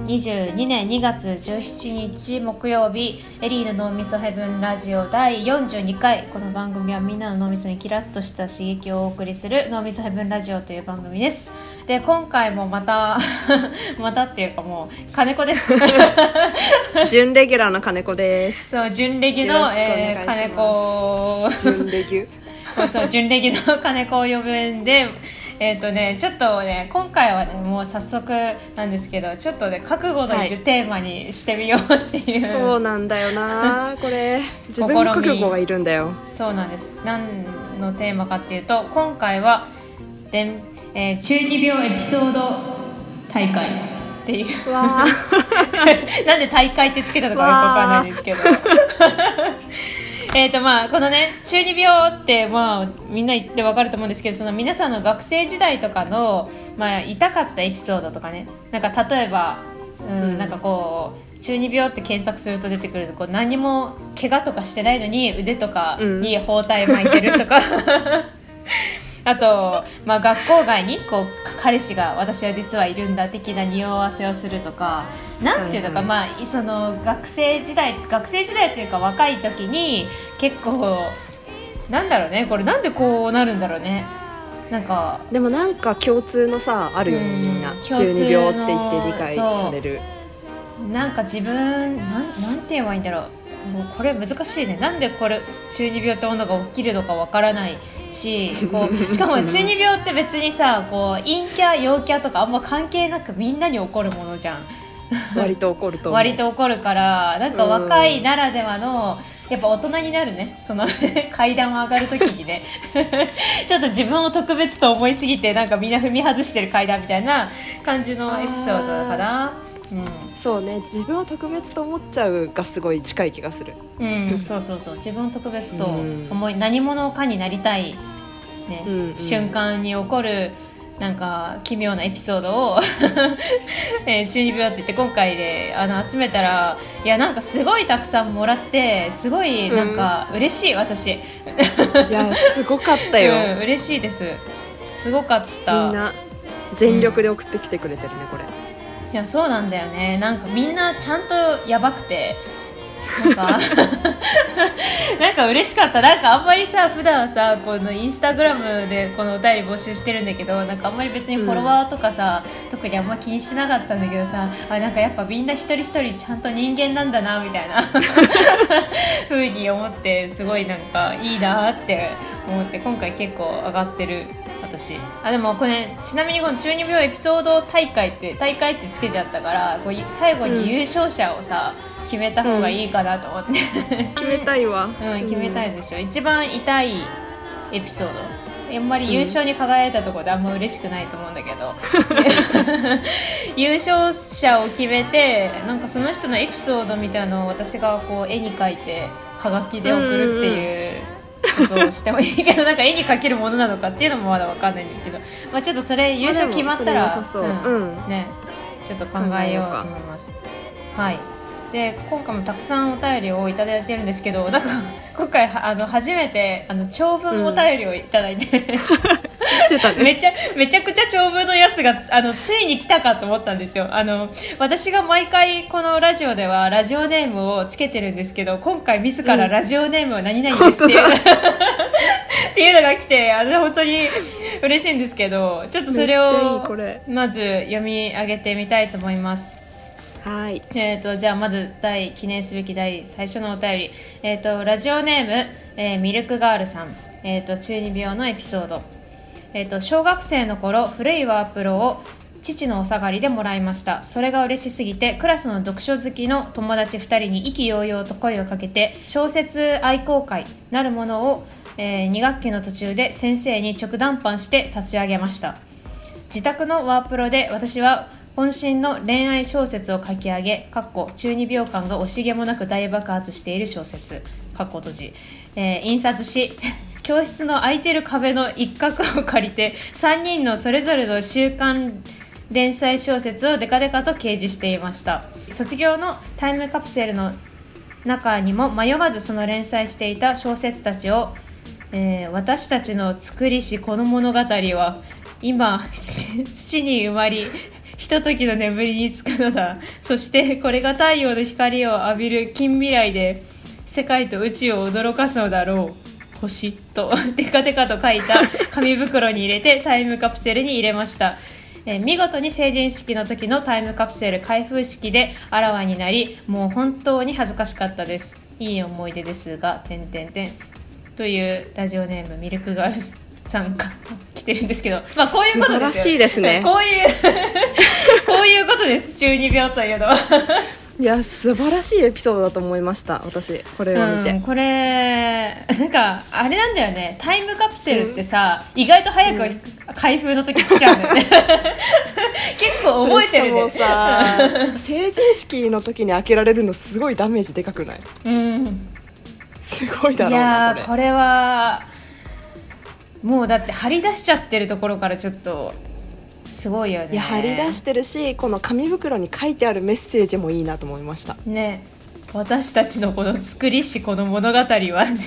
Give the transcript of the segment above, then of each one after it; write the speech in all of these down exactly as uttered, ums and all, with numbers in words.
にじゅうにねんにがつじゅうしちにち木曜日、エリーの脳みそヘブンラジオだいよんじゅうにかい。この番組はみんなの脳みそにキラッとした刺激をお送りする脳みそヘブンラジオという番組です。で、今回もまたまたっていうかもう金子です準レギュラーの金子です。 そう、準レギュの、えー、金子準レギュそう、準レギュの金子を呼ぶんで、えーとね、ちょっとね、今回はね、もう早速なんですけど、ちょっとね、覚悟のいるテーマにしてみようっていう、 はい、そうなんだよなこれ自分の覚悟がいるんだよ。 そうなんです。何のテーマかっていうと、今回はでん、えー、中二病エピソード大会っていうわなんで大会ってつけたのかよくわかんないですけどえーとまあこのね、中二病ってまあみんな言ってわかると思うんですけど、その皆さんの学生時代とかの、まあ、痛かったエピソードとかね、なんか例えば、うん、なんかこう中二病って検索すると出てくる、こう何も怪我とかしてないのに腕とかに包帯巻いてるとか、うんあと、まあ、学校外にこう彼氏が私は実はいるんだ的な匂わせをするとか、なんていうのか、はいはい、まあ、その学生時代学生時代っていうか若い時に結構なんだろうね、これなんでこうなるんだろうね。なんかでもなんか共通のさあるよね、みんな中二病って言って理解される。 なんか自分なん、なんて言えばいいんだろう。もうこれ難しいね。なんでこれ中二病ってものが起きるのかわからないし、こうしかも中二病って別にさ、こう陰キャ陽キャとかあんま関係なくみんなに起こるものじゃん。 割と起こると思う。 割と起こるから、なんか若いならではのやっぱ大人になるね、その階段を上がるときにねちょっと自分を特別と思いすぎて、なんかみんな踏み外してる階段みたいな感じのエピソードかな。うん、 そうね、自分を特別と思っちゃうがすごい近い気がする。 うん、そうそうそう、自分を特別と思い、何者かになりたい、ね、うんうん、瞬間に起こるなんか奇妙なエピソードを、えー、中二病って言って今回であの集めたら、いやなんかすごいたくさんもらって、すごいなんか嬉しい、うん、私いやすごかったよ、 うん、嬉しいです。すごかった。 みんな全力で送ってきてくれてるね、うん、これ。 いやそうなんだよね。なんかみんなちゃんとやばくて、なんかなんか嬉しかった。なんかあんまりさ、普段はさ、このインスタグラムでこのお便り募集してるんだけど、なんかあんまり別にフォロワーとかさ、うん、特にあんま気にしてなかったんだけどさ、あ、なんかやっぱみんな一人一人ちゃんと人間なんだなみたいな風に思って、すごいなんかいいなって思って、今回結構上がってる。私あでもこれちなみにこの中二病エピソード大会って大会ってつけちゃったから、こう最後に優勝者をさ、うん、決めた方がいいかなと思って、 うん、決めたいわ、 うん、決めたいでしょ、うん、一番痛いエピソード、あんまり優勝に輝いたところであんま嬉しくないと思うんだけど、うん、優勝者を決めて、なんかその人のエピソードみたいなのを私がこう絵に描いてはがきで送るっていう、うん、ことをしてもいいけど、なんか絵に描けるものなのかっていうのもまだ分かんないんですけど、まあ、ちょっとそれ優勝決まったら、うんうん、ね、ちょっと考えようと思います。はい。で、今回もたくさんお便りをいただいてるんですけど、なんか今回あの初めてあの長文お便りをいただいて、うん来てたね、めちゃめちゃくちゃ長文のやつがあのついに来たかと思ったんですよ。あの私が毎回このラジオではラジオネームをつけてるんですけど、今回自らラジオネームは何々ですっていう、うん、っていうのが来て、あの本当に嬉しいんですけど、ちょっとそれをまず読み上げてみたいと思います。 はい。 えーと、じゃあまず第記念すべき第最初のお便り、えーと、ラジオネーム、えー、ミルクガールさん、えーと、中二病のエピソード。えーと、小学生の頃、古いワープロを父のお下がりでもらいました。それが嬉しすぎて、クラスの読書好きの友達ふたりに意気揚々と声をかけて、小説愛好会なるものを、えー、に学期の途中で先生に直談判して立ち上げました。自宅のワープロで私は渾身の恋愛小説を書き上げ、かっこ中二病感が惜しげもなく大爆発している小説、かっこ閉じ、えー、印刷し教室の空いてる壁の一角を借りてさんにんのそれぞれの週刊連載小説をデカデカと掲示していました。卒業のタイムカプセルの中にも迷わずその連載していた小説たちを、えー、私たちの作りしこの物語は今土に埋まりひとときの眠りにつくのだ。そしてこれが太陽の光を浴びる近未来で世界と宇宙を驚かすのだろう。星とテカテカと書いた紙袋に入れてタイムカプセルに入れました。えー、見事に成人式の時のタイムカプセル開封式であらわになり、もう本当に恥ずかしかったです。いい思い出ですが点々点というラジオネームミルクガールさんが来てるんですけど、まあこういうことですよ。素晴らしいですね。こういうこういうことです。中二病というのは。 いや素晴らしいエピソードだと思いました。私これを見て、 うん、これなんかあれなんだよね。タイムカプセルってさ、うん、意外と早く、うん、開封の時来ちゃうんだよね。結構覚えてるね。 しかもさ成人式の時に開けられるのすごいダメージでかくない？ うん、 すごいだろうな。 いやこれこれはもうだって張り出しちゃってるところからちょっとすごいよね。 いや張り出してるし、この紙袋に書いてあるメッセージもいいなと思いましたね。私たちのこの作りしこの物語は、ね、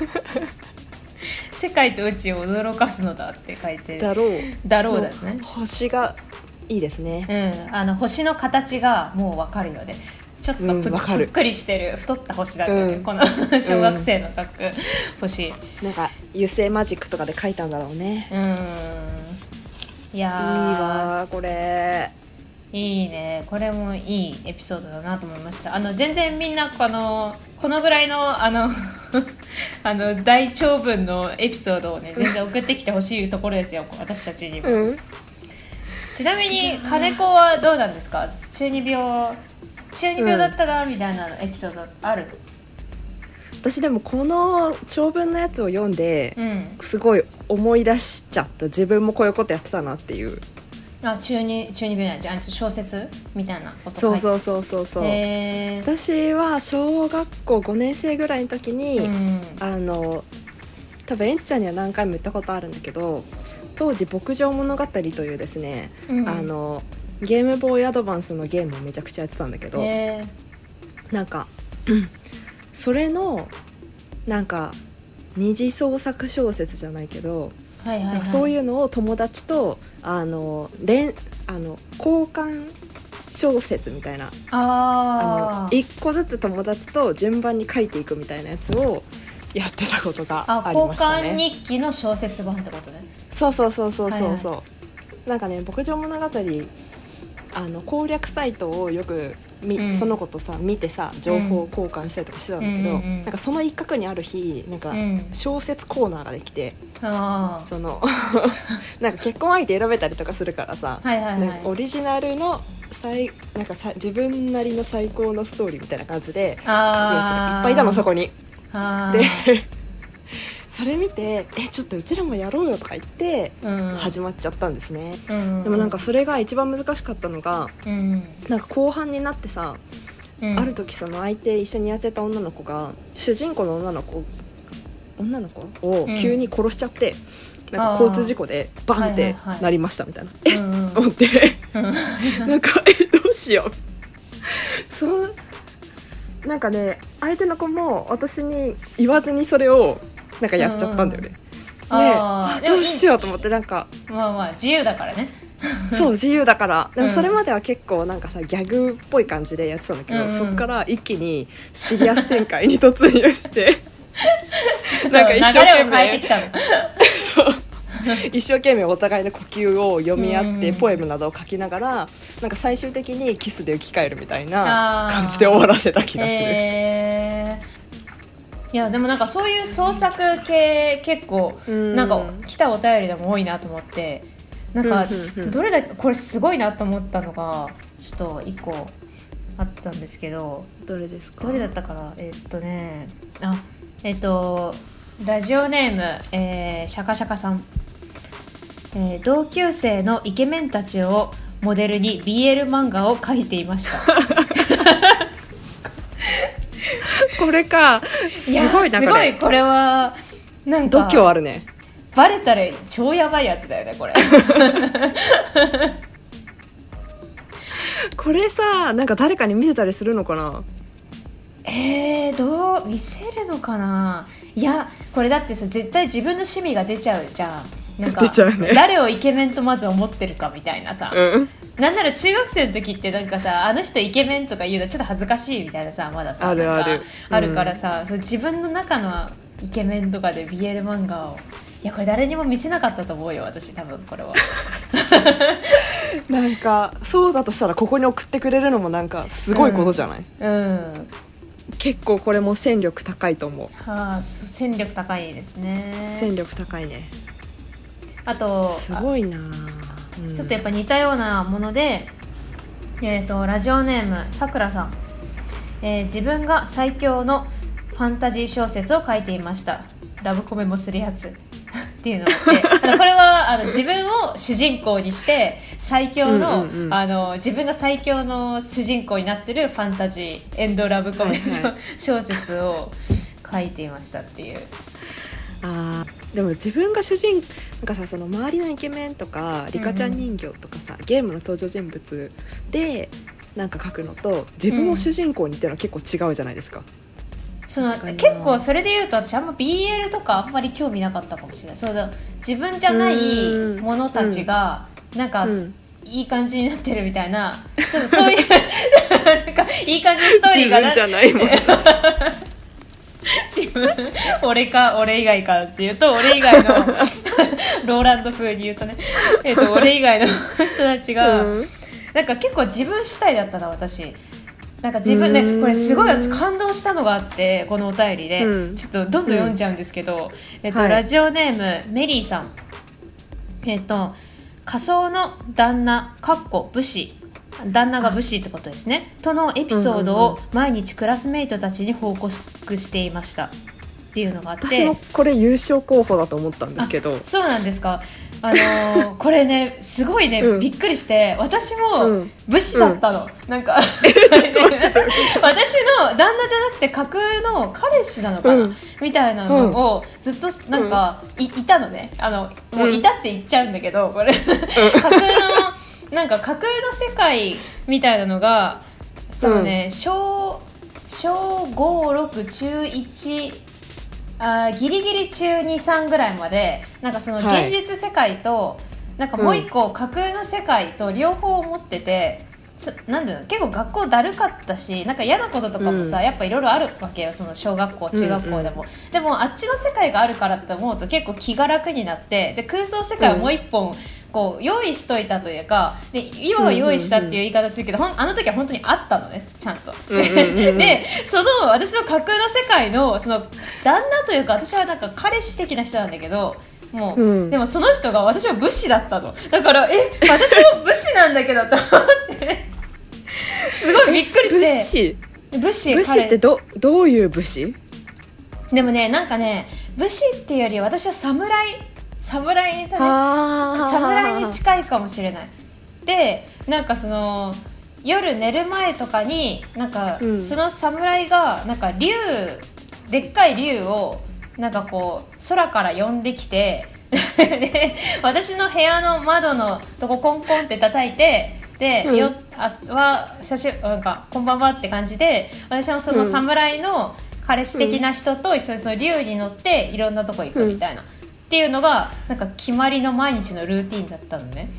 世界と宇宙を驚かすのだって書いてだろうだろうだね。 星がいいですね、 うん、あの星の形がもう分かるよね。ちょっと ぷ,、うん、ぷっくりしてる太った星だってね、うん、この小学生の描く星、うん、 なんか油性マジックとかで描いたんだろうね。 うん、いやいいわこれ。 いいね。これもいいエピソードだなと思いました。あの全然みんなこのこのぐらいのあのあの大長文のエピソードをね全然送ってきてほしいところですよ。私たちにも、うん、ちなみに金子はどうなんですか？中二病中二病だったなみたいなエピソードある？ 私でもこの長文のやつを読んで、うん、すごい思い出しちゃった。自分もこういうことやってたなっていう。 あ、中二中二病なんじゃん。小説みたいなこと書いて。そうそうそうそうそう。私は小学校ごねん生ぐらいの時に、うん、あの多分えんちゃんには何回も言ったことあるんだけど、当時牧場物語というですね、うん、あのゲームボーイアドバンスのゲームをめちゃくちゃやってたんだけど、なんかそれのなんか二次創作小説じゃないけど、はいはいはい、なんかそういうのを友達とあの連あの交換小説みたいな、ああのいっこずつ友達と順番に書いていくみたいなやつをやってたことがありましたね。 交換日記の小説版ってことね。 そうそうそうそうそうそう、はいはい、なんかね牧場物語あの攻略サイトをよくみ、うん、その子とさ見てさ情報交換したりとかしてたんだけど、うんうんうん、なんかその一角にある日なんか小説コーナーができて、うん、そのなんか結婚相手選べたりとかするからさ、はいはいはい、なんかオリジナルの最なんかさ自分なりの最高のストーリーみたいな感じで書くやつがいっぱいいたのそこに。でそれ見てえちょっとうちらもやろうよとか言って始まっちゃったんですね、うん、でもなんかそれが一番難しかったのが、うん、なんか後半になってさ、うん、ある時その相手一緒にやってた女の子が主人公の女の子女の子を急に殺しちゃって、うん、なんか交通事故でバンってなりましたみたいな、はいはいはい、えっ、うん、思ってなんかえどうしようそうなんかね相手の子も私に言わずにそれをなんかやっちゃったんだよね、うんうん、あでどうしようと思ってなんかまあまあ自由だからねそう自由だからでもそれまでは結構なんかさギャグっぽい感じでやってたんだけど、うんうん、そっから一気にシリアス展開に突入してなんか一生懸命変えてきたのそう一生懸命お互いの呼吸を読み合ってポエムなどを書きながらなんか最終的にキスで浮き返るみたいな感じで終わらせた気がする。 へーいやでもなんかそういう創作系結構なんか来たお便りでも多いなと思ってなんかどれだけこれすごいなと思ったのがちょっといっこあったんですけどどれですか？ どれだったかなえー、っとねあえー、っとラジオネーム、えー、シャカシャカさん、えー、同級生のイケメンたちをモデルに ビーエル 漫画を描いていましたこれかすごいなこれ。すごいこれはなんか度胸あるね。 バレたら超やばいやつだよねこれこれさなんか誰かに見せたりするのかな。 えー、どう見せるのかな。いやこれだってさ絶対自分の趣味が出ちゃうじゃんなんか出ちゃうね。 誰をイケメンとまず思ってるかみたいなさ、 うん、 なんなら中学生の時ってなんかさ、あの人イケメンとか言うのちょっと恥ずかしいみたいなさ、まださあるある、 なんかあるからさ、うん、そう自分の中のイケメンとかで ビーエル 漫画を、いやこれ誰にも見せなかったと思うよ私、多分これはなんかそうだとしたらここに送ってくれるのもなんかすごいことじゃない？ うん、うん、 結構これも戦力高いと思う。 はあ、戦力高いですね。 戦力高いね。 あとすごいな、 うん、ちょっとやっぱ似たようなもので、えーと、ラジオネームさくらさん、えー、自分が最強のファンタジー小説を書いていました。ラブコメもするやつっていうのがあって、あのこれはあの自分を主人公にして最強の、うんうんうん、あの自分が最強の主人公になってるファンタジーエンドラブコメ、はいはい、小説を書いていましたっていう。 あでも自分が主人なんかさ、その周りのイケメンとかリカちゃん人形とかさ、うんうん、ゲームの登場人物でなんか書くのと自分を主人公にっていうのは結構違うじゃないですか、うん、 その結構それで言うと私あんま ビーエル とかあんまり興味なかったかもしれない。その自分じゃない者たちがなんか、うん、いい感じになってるみたいな、ちょっとそういうなんかいい感じのストーリーがな自分じゃないもん自分俺か俺以外かっていうと俺以外のローランド風に言うとね、えー、と俺以外の人たちが、うん、なんか結構自分主体だったな私。なんか自分で、ね、これすごい私感動したのがあってこのお便りで、うん、ちょっとどんどん読んじゃうんですけど、うんえーとはい、ラジオネームメリーさん、えー、と仮想の旦那かっこ武士旦那が武士ってことですねとのエピソードを毎日クラスメイトたちに報告していましたっていうのがあって、 私もこれ優勝候補だと思ったんですけど。 そうなんですか。あのー、これねすごいね、うん、びっくりして私も武士だったの、うん、なんか私の旦那じゃなくて架空の彼氏なのかな、うん、みたいなのをずっとなんか い, いたのね。あのもういたって言っちゃうんだけどこれ、うん、架空のなんか架空の世界みたいなのが多分ね、うん、小小ご、ろく、中いちあギリギリ中に、さんぐらいまでなんかその現実世界と、はい、なんかもう一個架空の世界と両方持ってて、うん、なんだろう結構学校だるかったしなんか嫌なこととかもさ、うん、やっぱいろいろあるわけよその小学校中学校でも、うんうん、でもあっちの世界があるからって思うと結構気が楽になってで空想世界をもう一本、うんこう用意しといたというかで今は用意したっていう言い方するけど、うんうんうん、あの時は本当にあったのねちゃんと、うんうんうん、でその私の架空の世界 の, その旦那というか私はなんか彼氏的な人なんだけどもう、うん、でもその人が私は武士だったのだからえ私も武士なんだけどと思ってすごいびっくりして武士武士って ど, どういう武士？ でもねなんかね武士っていうより私は侍侍だね侍に近いかもしれない。でなんかその夜寝る前とかになんか、うん、その侍がなんか竜でっかい竜をなんかこう空から呼んできてで私の部屋の窓のとこコンコンって叩いてで、うん、よあは久しなんかこんばんはって感じで私もその侍の彼氏的な人と一緒にその竜に乗っていろんなとこ行くみたいな、うんっていうのがなんか決まりの毎日のルーティンだったのね。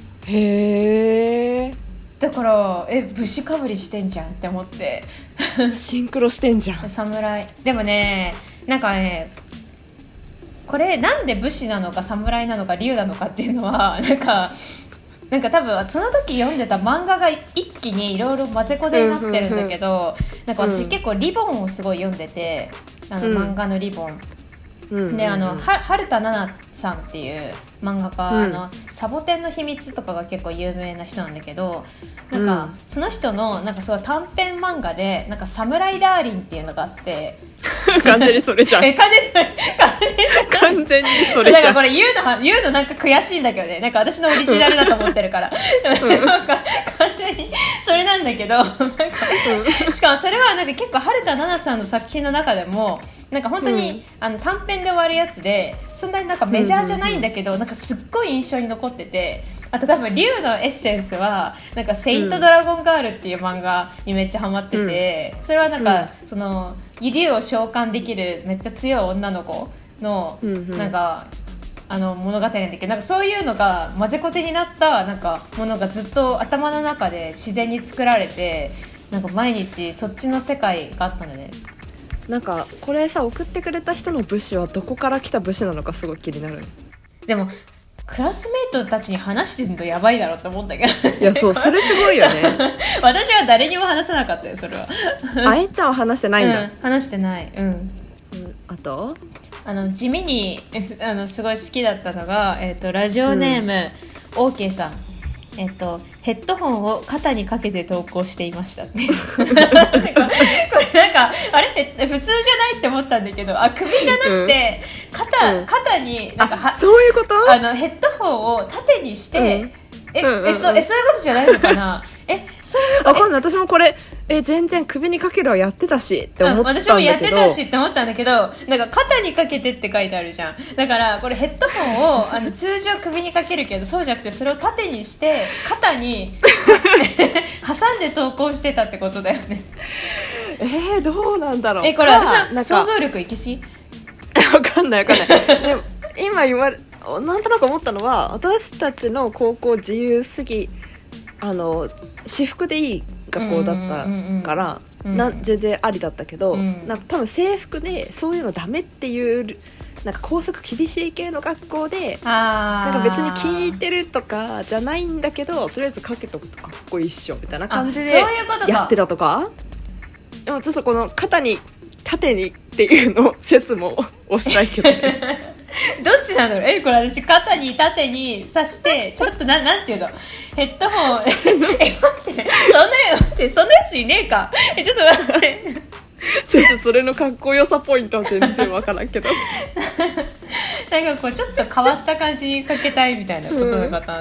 へーだからえ武士かぶりしてんじゃんって思ってシンクロしてんじゃん侍でもねなんかねこれなんで武士なのか侍なのか竜なのかっていうのはなんかなんか多分その時読んでた漫画が一気にいろいろ混ぜこぜになってるんだけど、うんうんうん、なんか私結構リボンをすごい読んでてあの漫画のリボン、うんうんうんうん、であのは春田奈々さんっていう漫画家、うん、あのサボテンの秘密とかが結構有名な人なんだけどなんか、うん、その人のなんかすごい短編漫画でなんかサムライダーリンっていうのがあって完全にそれじゃんえ完全にそれ完全にそれじゃんだからこれ言うの言うのなんか悔しいんだけどねなんか私のオリジナルだと思ってるからなんか完全にそれなんだけどなんか、うん、しかもそれはなんか結構春田奈々さんの作品の中でもなんか本当に、うん、あの短編で終わるやつでそんなになんかメジャーじゃないんだけど、うんうんうん、なんかすっごい印象に残っててあと多分竜のエッセンスはなんかセイントドラゴンガールっていう漫画にめっちゃハマってて、うん、それはなんか、うん、その竜を召喚できるめっちゃ強い女の子の、うんうん、なんかあの物語なんだけど、なんかそういうのが混ぜこぜになったなんかものがずっと頭の中で自然に作られて、なんか毎日そっちの世界があったのね。 なんかこれさ送ってくれた人の武士はどこから来た武士なのかすごい気になる。 でもクラスメートたちに話してるのやばいだろって思ったけどいやそうそれすごいよね私は誰にも話さなかったよそれはあえちゃんは話してないんだ、 うん、話してない、うん、 あとあの地味にあのすごい好きだったのが、えー、とラジオネーム、うん、オーケーさん、えー、とヘッドホンを肩にかけて投稿していましたってこれなんかあれ普通じゃないって思ったんだけど、あ首じゃなくて、うん、肩、うん、肩になんかはそういうことあのヘッドホンを縦にして、うん、え、うんうんうん、え, そえそういうことじゃないのかなえそういうわかんない。私もこれえ全然首にかけるはやってたしって思ったんだけど、 うん、私もやってたしって思ったんだけど、なんか肩にかけてって書いてあるじゃん。だからこれヘッドホンをあの通常首にかけるけど、そうじゃなくてそれを縦にして肩に挟んで投稿してたってことだよね。 えー、どうなんだろう。 えこれ私の想像力いきすぎわかんないわかんないでも今言われなんとなく思ったのは、私たちの高校自由すぎあの私服でいい学校だったから、うんうんうんうん、な全然ありだったけど、うん、なんか多分制服でそういうのダメっていうなんか校則厳しい系の学校でなんか別に聞いてるとかじゃないんだけど、とりあえずかけとくとかっこいいっしょみたいな感じでやってたとか。でもちょっとこの肩に縦にっていうの説も押したいけど、ね、 どっちなの。えこれ私肩に縦に刺してちょっとななんていうのヘッドホンえ待ってそんな待ってそんなやついねえかえちょっと待ってちょっとそれのかっこよさポイントは全然わからんけどなんかこうちょっと変わった感じにかけたいみたいなことの方、うん、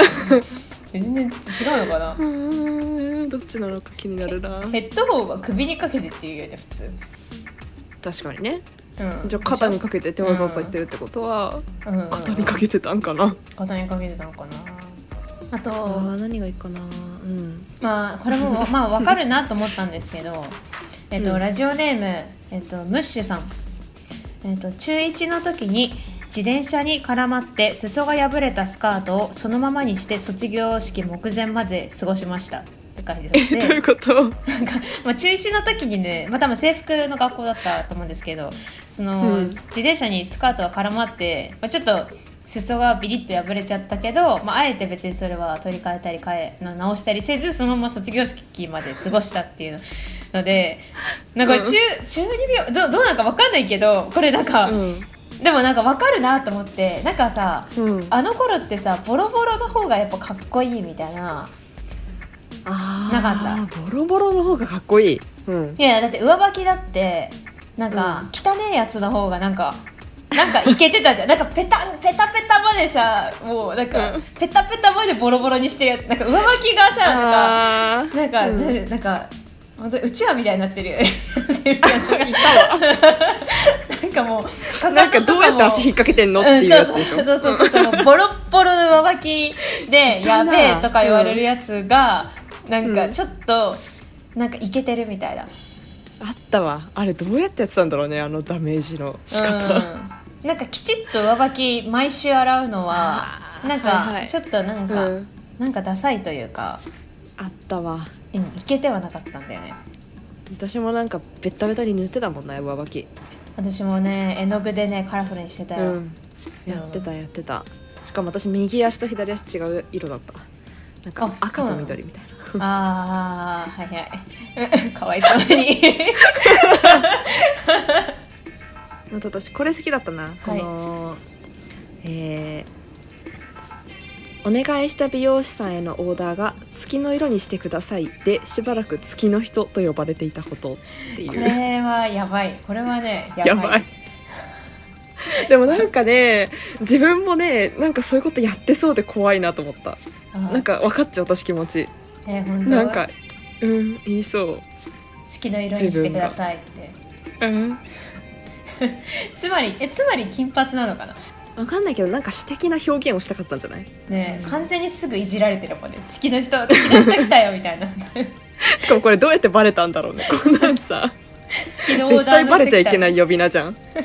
全然違うのかな。うーんどっちなのか気になるな。 ヘッドホンは首にかけてっていうよね普通。 確かにね、うん、じゃあ肩にかけてってわざわざ言ってるってことは、うん、肩にかけてたんかな。 肩にかけてたのかな。あとあ何がいいかな、うんまあ、これもまあ分かるなと思ったんですけどえっと、うん、ラジオネーム、えっと、ムッシュさん、えっと、中いちの時に自転車に絡まって裾が破れたスカートをそのままにして卒業式目前まで過ごしましたって書いてあって。 どういうこと。なんか、 まあ、中いちの時にね、まあ、多分制服の学校だったと思うんですけど、その、うん、自転車にスカートが絡まって、まあ、ちょっと裾がビリッと破れちゃったけど、まあ、あえて別にそれは取り替えたり変え直したりせずそのまま卒業式まで過ごしたっていうので、なんか 中,、うん、中にびょう ど, どうなんか分かんないけど、これなんか、うん、でもなんか分かるなと思って、なんかさ、うん、あの頃ってさボロボロの方がやっぱかっこいいみたいな、 あなかった。 ボロボロの方がかっこいい、うん、 いやだって上履きだってなんか、うん、汚ねえやつの方がなんかなんかイケてたじゃん。なんかペタペタペタまでさ、もうなんか、うん、ペタペタまでボロボロにしてるやつ、なんか上履きがさ、なんかなんか、うん、なんか本当にうちわみたいになってるよね。いたわ。なんかもうなんかどうやって足引っ掛けてんのっていうやつでしょ。 うん、そうそうそうそう、ボロッボロの上履きでやべえとか言われるやつが、うん、なんかちょっとなんかイケてるみたいな。 あったわ。あれどうやってやってたんだろうね、あのダメージの仕方。うんなんかきちっと上履き毎週洗うのはなんかちょっとなんか、はいはい、なんかダサいというか、 あったわ。 いけてはなかったんだよね。 私もなんかベッタベタに塗ってたもんね、上履き。 私もね絵の具でねカラフルにしてたよ、うん、 やってたやってた。しかも私右足と左足違う色だった。なんか赤と緑みたいな。 ああはいはいかわいそうに。 私これ好きだったな、はい、この、えー、お願いした美容師さんへのオーダーが月の色にしてくださいでしばらく月の人と呼ばれていたことっていう。これはやばい。これはねやばいです。 でもなんかね自分もねなんかそういうことやってそうで怖いなと思った。なんか分かっちゃう私気持ち。 えー、本当なんかうん言いそう。 月の色にしてくださいって。 うんつまりえつまり金髪なのかな。 わかんないけどなんか詩的な表現をしたかったんじゃない。 ねえ、完全にすぐいじられてるもんね。月の人月の人来たよみたいな。 しかもこれどうやってバレたんだろうね。こんなんさ月のオーダーの人来たよ。絶対バレちゃいけない呼び名じゃん。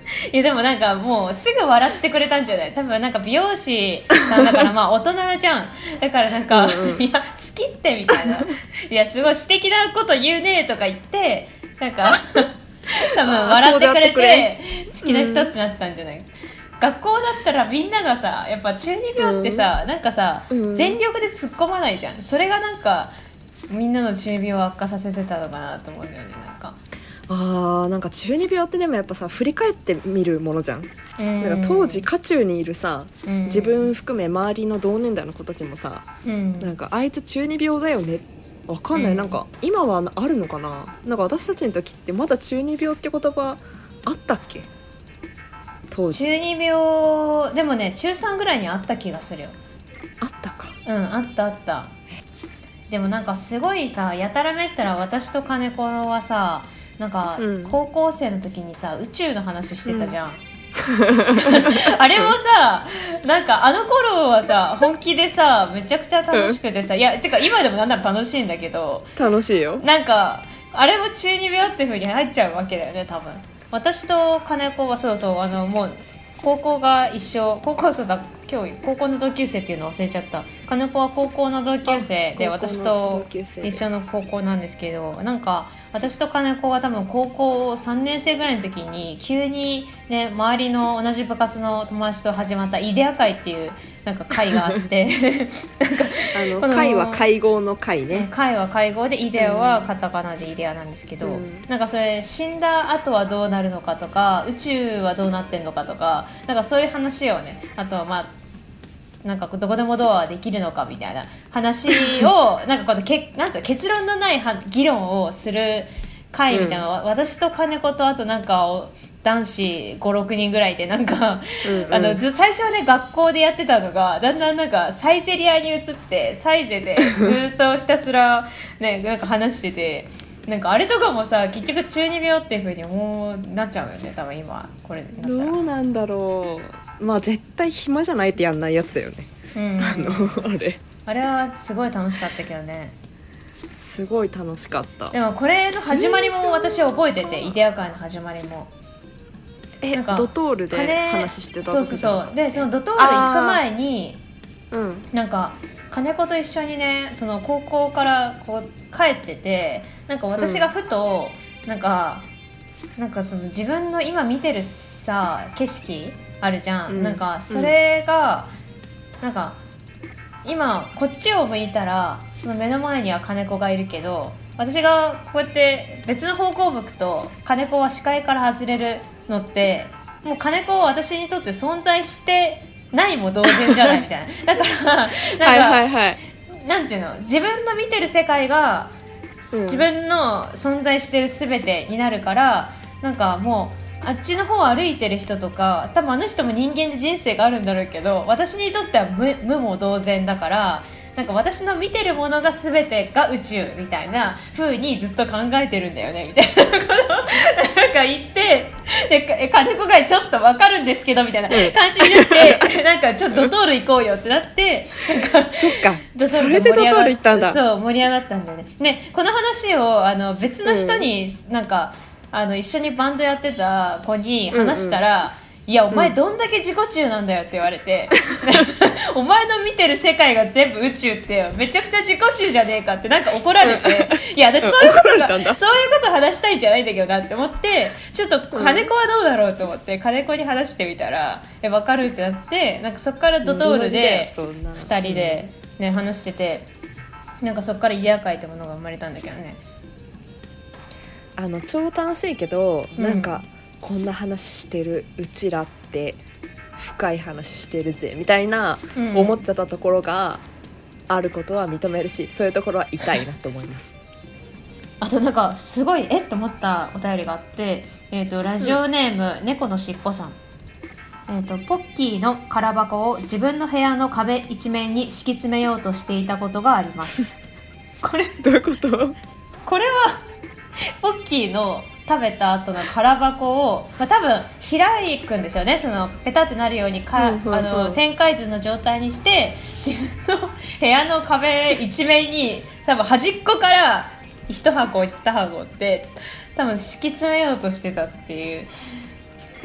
いやでもなんかもうすぐ笑ってくれたんじゃない？多分なんか美容師さんだからまあ大人じゃん。だからなんかうん、うん、いや好きってみたいな、いやすごい素敵なこと言うねとか言ってなんか多分笑ってくれてくれ好きな人ってなったんじゃない？うん、学校だったらみんながさやっぱ中二病ってさ、うん、なんかさ、うん、全力で突っ込まないじゃん。それがなんかみんなの中二病を悪化させてたのかなと思うんだよね。なんかあーなんか中二病ってでもやっぱさ振り返ってみるものじゃん。うん、なんか当時渦中にいるさ、うん、自分含め周りの同年代の子たちもさ、うん、なんかあいつ中二病だよねわかんない、うん、なんか今はあるのかな。なんか私たちの時ってまだ中二病って言葉あったっけ？当時中二病でもね中さんぐらいにあった気がするよ。 あったか。 うんあったあった。でもなんかすごいさやたらめったら私と金子はさなんか高校生の時にさ、うん、宇宙の話してたじゃん、うん、あれもさなんかあの頃はさ本気でさめちゃくちゃ楽しくてさ、うん、いやてか今でもなんなら楽しいんだけど楽しいよ。 なんかあれも中二病って風に入っちゃうわけだよね多分。私と金子はそうそうあのもう高校が一緒高校そうだ今日高校の同級生っていうの忘れちゃった。金子は高校の同級生で私と一緒の高校なんですけどなんか私と金子が多分高校さんねん生ぐらいの時に急にね周りの同じ部活の友達と始まったイデア会っていうなんか会があってなんかあの会は会合の会ね。 会は会合でイデアはカタカナでイデアなんですけど、うん、なんかそれ死んだ後はどうなるのかとか宇宙はどうなってんのかとかなんかそういう話をねあとはまあなんかどこでもドアはできるのかみたいな話をなんかこのけなんつうの結論のない議論をする会みたいな、うん、私と金子とあとなんか男子ごろくにんぐらいでなんか、うんうん、あのず最初はね学校でやってたのがだんだんなんかサイゼリアに移ってサイゼでずっとひたすらねなんか話しててなんかあれとかもさ結局中二病っていう風にもうなっちゃうよね多分今これどうなんだろう。まあ絶対暇じゃないってやんないやつだよね、うん、あのあれあれはすごい楽しかったけどね。 すごい楽しかった。 でもこれの始まりも私覚えててイデア会の始まりもえなんかドトールで話してた時。 そうそうそうでそのドトール行く前に、うん、なんか金子と一緒にねその高校からこう帰っててなんか私がふと、うん、なんかなんかその自分の今見てるさ景色あるじゃん、うん、なんかそれが、うん、なんか今こっちを向いたらその目の前には金子がいるけど私がこうやって別の方向を向くと金子は視界から外れるのってもう金子は私にとって存在してないも同然じゃないみたいなだからなんか、はいはいはい、なんていうの自分の見てる世界が、うん、自分の存在してる全てになるからなんかもうあっちの方を歩いてる人とか多分あの人も人間で人生があるんだろうけど私にとっては 無, 無も同然だからなんか私の見てるものが全てが宇宙みたいな風にずっと考えてるんだよねみたいなことをなんか言ってで金子がちょっと分かるんですけどみたいな感じになってなんかちょっとドトール行こうよってなってなんかそっかドトールで盛り上がったんだ。そう盛り上がったんだよね。ねこの話をあの別の人になんか、うん、あの一緒にバンドやってた子に話したら、うんうんいやお前どんだけ自己中なんだよって言われて、うん、お前の見てる世界が全部宇宙ってめちゃくちゃ自己中じゃねえかってなんか怒られていや私そういうことが、うん、そういうこと話したいんじゃないんだけどなって思ってちょっと金子はどうだろうと思って金子に話してみたらえ分かるってなってなんかそこからドトールでふたりで、ね、話しててなんかそこからイデア会ってものが生まれたんだけどね。 あの超楽しいけど、うん、なんかこんな話してるうちらって深い話してるぜみたいな思ってたところがあることは認めるしそういうところは痛いなと思います。 あとなんかすごいえっと思ったお便りがあって、えーと、ラジオネーム、うん、猫のしっぽさん、えーと、ポッキーの空箱を自分の部屋の壁一面に敷き詰めようとしていたことがありますこれどういうこと？ これはポッキーの食べた後の空箱を、まあ、多分開くんですよね。そのペタってなるようにか、うんうんうん、あの展開図の状態にして自分の部屋の壁一面に多分端っこから一箱二箱って多分敷き詰めようとしてたっていう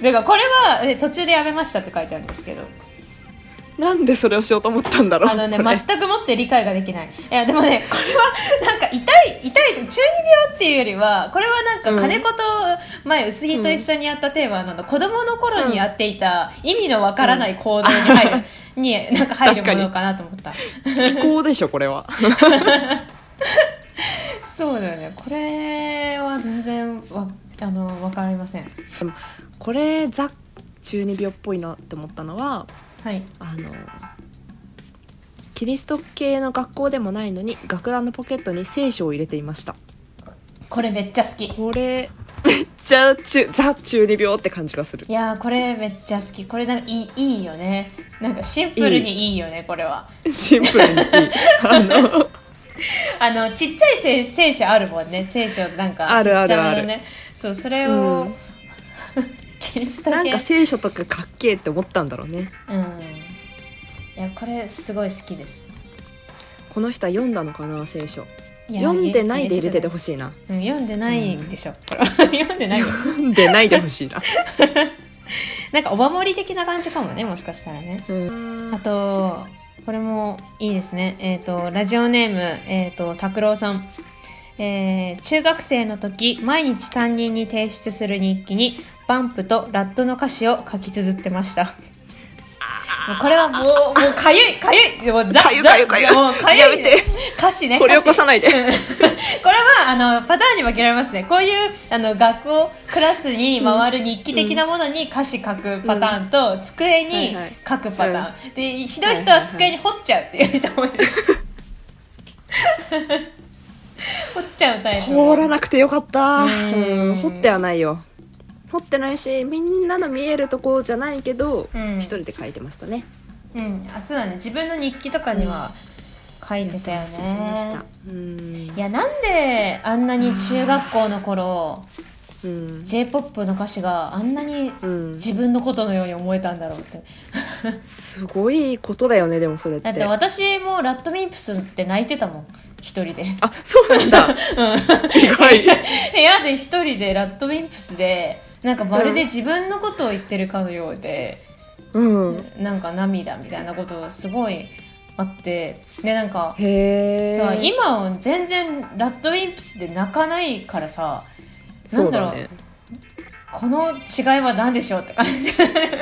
だからこれは途中でやめましたって書いてあるんですけど、 なんでそれをしようと思ったんだろう。 あのね全くもって理解ができない。いやでもねこれはなんか痛い痛い中二病っていうよりはこれはなんか金子と前薄木と一緒にやったテーマなの、うん、子供の頃にやっていた意味のわからない行動に入る、うん、になんか入るものかなと思った。 気候でしょこれは。 そうだよね、これは全然わあの分かりません。 でもこれザ中二病っぽいなって思ったのは、 はい、 あのキリスト系の学校でもないのに学ランのポケットに聖書を入れていました。 これめっちゃ好き。 これめっちゃ中ザ中二病って感じがする。 いやこれめっちゃ好き。これなんかいい、いいよね。なんかシンプルにいいよね。いいこれはシンプルにいい。あのあのちっちゃい聖書あるもんね。聖書なんかあるあるある、 ちっちゃめのね、そうそれを、うん、キリスト系なんか聖書とかかっけえって思ったんだろうね。 うん、いやこれすごい好きです。 この人は読んだのかな聖書。読んでないで入れててほしいな、 うん、読んでないでしょ、うん、これ読んでない読んでないでほしいな。 なんかお守り的な感じかもね、もしかしたらね、うん、あとこれもいいですね。えっとラジオネームえっと拓郎さん、えー、中学生の時毎日担任に提出する日記にバンプとラットの歌詞を書き綴ってました。もうこれはもうもうかゆいかゆいもうザかゆかゆかゆもうかゆい歌詞ね。 掘り起こさないで。これはあのパターンに分けられますね。こういうあの学校クラスに回る日記的なものに歌詞書くパターンと、うん、机に書くパターン、はいはい、でひどい人は机に彫っちゃうっていう人もいる。彫っちゃうタイプ。 彫らなくてよかった。うん、彫ってはないよ。彫ってないしみんなの見えるとこじゃないけど、うん、一人で書いてましたね。 うん、あそうだね、自分の日記とかには書いてたよね。うん、いやなんであんなに中学校の頃、うん、J-ポップ の歌詞があんなに自分のことのように思えたんだろうって、 うん、すごいことだよね。でもそれってだって私もラッドウィンプスって泣いてたもん一人で。 あそうなんだ。うん、意外。 部屋で一人でラッドウィンプスでなんかまるで自分のことを言ってるかのようで、うん、なんか涙みたいなことすごいあって、でなんかへさ今全然ラッドウィンプスで泣かないからさ、なんだろう、そうだね、この違いは何でしょうって感じ。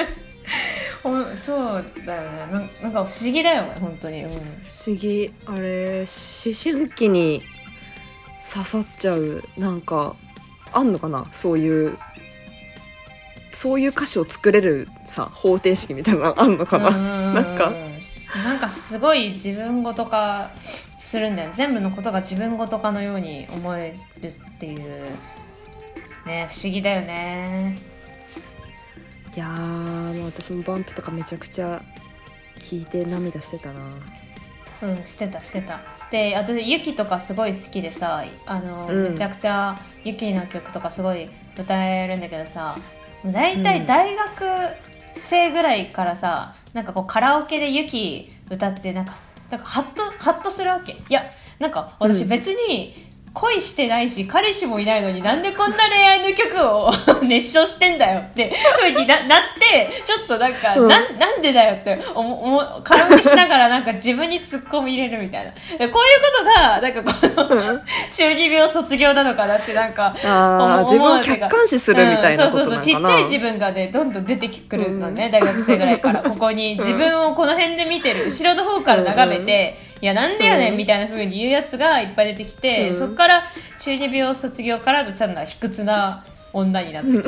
そうだよね、な、なんか不思議だよね本当に、うん、不思議。あれ思春期に刺さっちゃうなんかあんのかな、そういうそういう歌詞を作れるさ方程式みたいなのあんのかな。なんかなんかすごい自分ごと化するんだよ。全部のことが自分ごと化のように思えるっていうね、不思議だよね。 いやーもう私もバンプとかめちゃくちゃ聞いて涙してたな。 うんしてたしてた。で私ユキとかすごい好きでさ、あの、うん、めちゃくちゃユキの曲とかすごい歌えるんだけどさ、だいたい大学生ぐらいからさ、なんかこうカラオケでユキ歌ってなんかなんかハッとハッとするわけ。いやなんか私別に恋してないし彼氏もいないのになんでこんな恋愛の曲を熱唱してんだよって風に な, なってちょっとなんか、うん、な, なんでだよって思うカラオケしながらなんか自分にツッコミ入れるみたいな、こういうことがなんかこの、うん、中二病卒業なのかなってなんかあ自分を客観視するみたいなことなのかな、うん、そうそうそう、ちっちゃい自分がねどんどん出てくるのね、うん、大学生ぐらいからここに自分をこの辺で見てる後ろの方から眺めて、うんいやなんでやねんみたいな風に言うやつがいっぱい出てきて、うん、そこから中二病卒業からちゃんと卑屈な女になってくる、うん、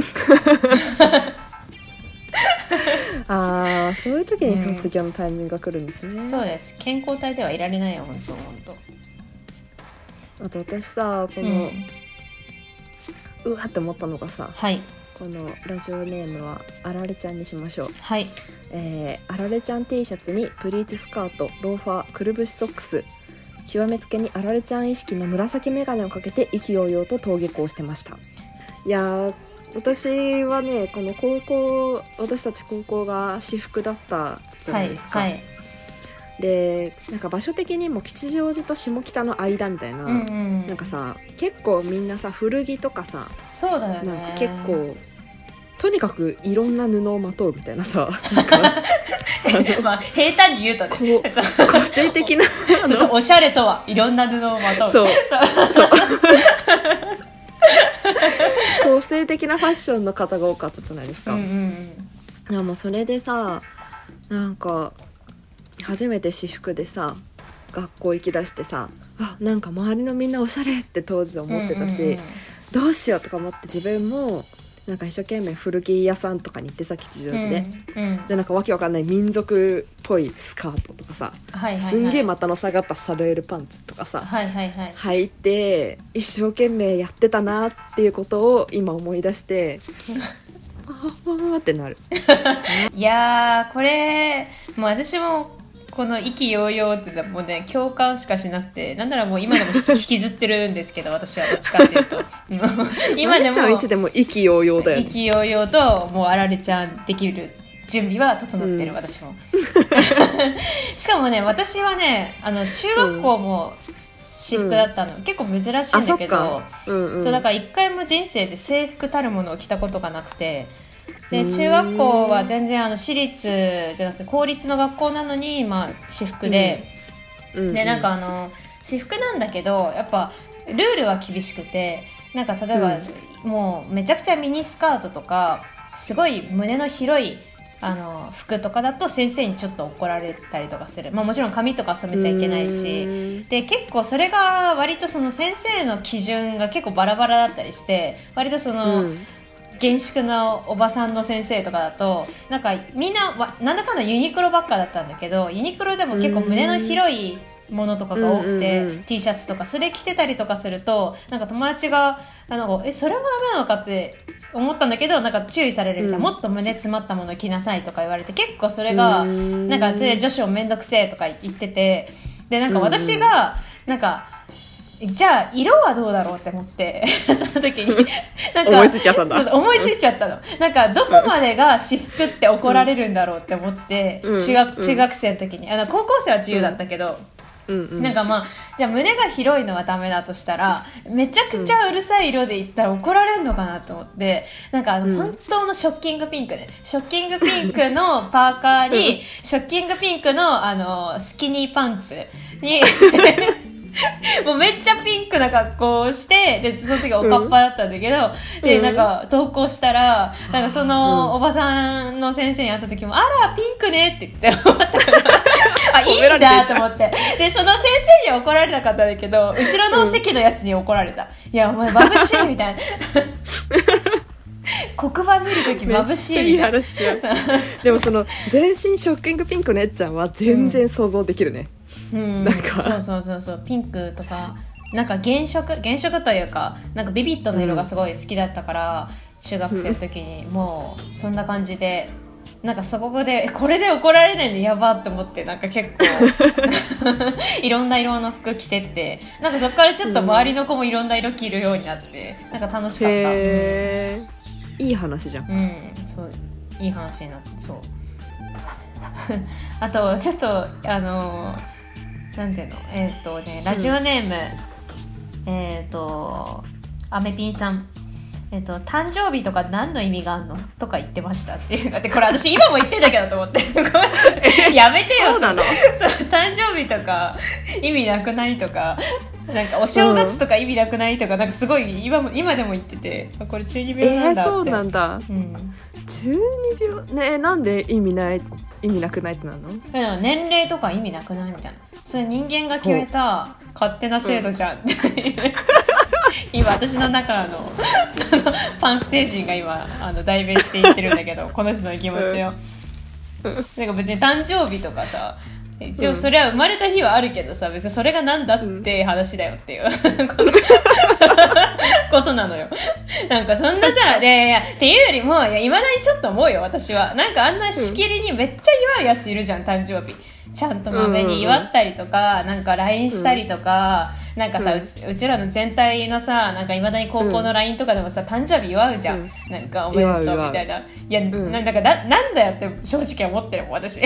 ああそういう時に卒業のタイミングが来るんですね、 うん、そうです。健康体ではいられないよ本当本当。あと私さこの、うん、うわって思ったのがさ、 はいこのラジオネームはあられちゃんにしましょう。 はい、 えー、あられちゃん T シャツにプリーツスカート、ローファー、くるぶしソックス、極めつけにあられちゃん意識の紫眼鏡をかけて意気揚々と登下校してました。いやー私はねこの高校私たち高校が私服だったじゃないですか、はいはい、でなんか場所的にも吉祥寺と下北の間みたいな、うんうん、なんかさ結構みんなさ古着とかさそうだよね、 なんか結構とにかくいろんな布をまとうみたいなさ、なんかまあ平坦に言うとね、 こう個性的なそうそう、おしゃれとはいろんな布をまとう、 そうそうそう個性的なファッションの方が多かったじゃないですか、 うんうんうん、 いやもうそれでさ、なんか初めて私服でさ学校行きだしてさ、あ、なんか周りのみんなおしゃれって当時思ってたし、 うんうんうん、 どうしようとか思って自分もなんか一生懸命古着屋さんとかに行ってさ、吉祥寺で、 うんうん、 でなんかわけわかんない民族っぽいスカートとかさ、 はいはいはい、 すんげえ股の下がったサルエルパンツとかさ、 はいはいはい、 履いて一生懸命やってたなっていうことを今思い出してあーってなるいやーこれもう私もこの意気揚々ってもうね共感しかしなくて、なんならもう今でも引きずってるんですけど私はどっちかっていうと今でもちゃんいつでも意気揚々だよね。 意気揚々ともうあられちゃんできる準備は整ってる、うん、私もしかもね私はねあの中学校も私服だったの、うん、結構珍しいんだけど、うんうん、そうだから一回も人生で制服たるものを着たことがなくて、で中学校は全然あの私立じゃなくて公立の学校なのに、まあ、私服で、うん、でなんかあの私服なんだけどやっぱルールは厳しくて、なんか例えば、うん、もうめちゃくちゃミニスカートとかすごい胸の広いあの服とかだと先生にちょっと怒られたりとかする、まあ、もちろん髪とか染めちゃいけないし、で結構それが割とその先生の基準が結構バラバラだったりして、割とその、うん厳粛なおばさんの先生とかだとなんかみんななんだかんだユニクロばっかだったんだけど、ユニクロでも結構胸の広いものとかが多くて、うんうんうん、T シャツとかそれ着てたりとかするとなんか友達がなんかえそれもダメなのかって思ったんだけど、なんか注意されるみたいな、うん、もっと胸詰まったもの着なさいとか言われて、結構それがなんかそれ女子もめんどくせえとか言ってて、でなんか私がなんかじゃあ色はどうだろうって思ってその時になんか思いついちゃったんだ。 そう思いついちゃったの。なんかどこまでが私服って怒られるんだろうって思って、うん、中学、中学生の時にあの高校生は自由だったけど、うんうん、なんかまあじゃあ胸が広いのはダメだとしたらめちゃくちゃうるさい色で言ったら怒られるのかなと思って、なんかあの、うん、本当のショッキングピンクね、ショッキングピンクのパーカーにショッキングピンクのあのスキニーパンツにもうめっちゃピンクな格好をして、でその時はおかっぱだったんだけど、うん、でなんか投稿したらなんかそのおばさんの先生に会った時も、うん、あらピンクねって言って思ったあいいんだと思って、でその先生には怒られなかったんだけど後ろの席のやつに怒られた、うん、いやお前眩しいみたいな黒板見るとき眩しいみたいな。 でもその全身ショッキングピンクのえっちゃんは全然想像できるね、 うん、なんかそうそうそうそうピンクとかなんか原色原色というかなんかビビッドの色がすごい好きだったから、うん、中学生の時にもうそんな感じでなんかそこでこれで怒られないのやばって思って、なんか結構いろんな色の服着てって、なんかそこからちょっと周りの子もいろんな色着るようになって、なんか楽しかった。 へー、いい話じゃん。 うん、そういい話になって、そうあとちょっとあのなんていうのえっ、ー、とねラジオネーム、うん、えっ、ー、とアメピンさん、えっと、誕生日とか何の意味があるのとか言ってましたっていう。だってこれ私今も言ってんだけどと思ってやめてよ。 そうなのそう誕生日とか意味なくないとかなんかお正月とか意味なくないとか、うん、なんかすごい 今, も今でも言ってて、これ中二病なんだって。 えー、そうなんだ、うん、中二病ね。なんで意味ない意味なくないってなるの？ 年齢とか意味なくないみたいな、それ人間が決めた勝手な制度じゃんって、うん、今私の中のパンク精神が今あの代弁して言ってるんだけどこの人の気持ちを、うん、なんか別に誕生日とかさ一応それは生まれた日はあるけどさ、別にそれがなんだって話だよっていう、うん、ことなのよ。なんかそんなさでいやっていうよりもいまだにちょっと思うよ私は。なんかあんなしきりにめっちゃ祝うやついるじゃん誕生日ちゃんとまめに祝ったりとか、うん、なんか ライン したりとか、うん、なんかさ、うん、うち、うちらの全体のさなんかいまだに高校の ライン とかでもさ、うん、誕生日祝うじゃん、うん、なんかおめでとうみたいな。いや、うん、なんだかな、なんだよって正直思ってるもん私い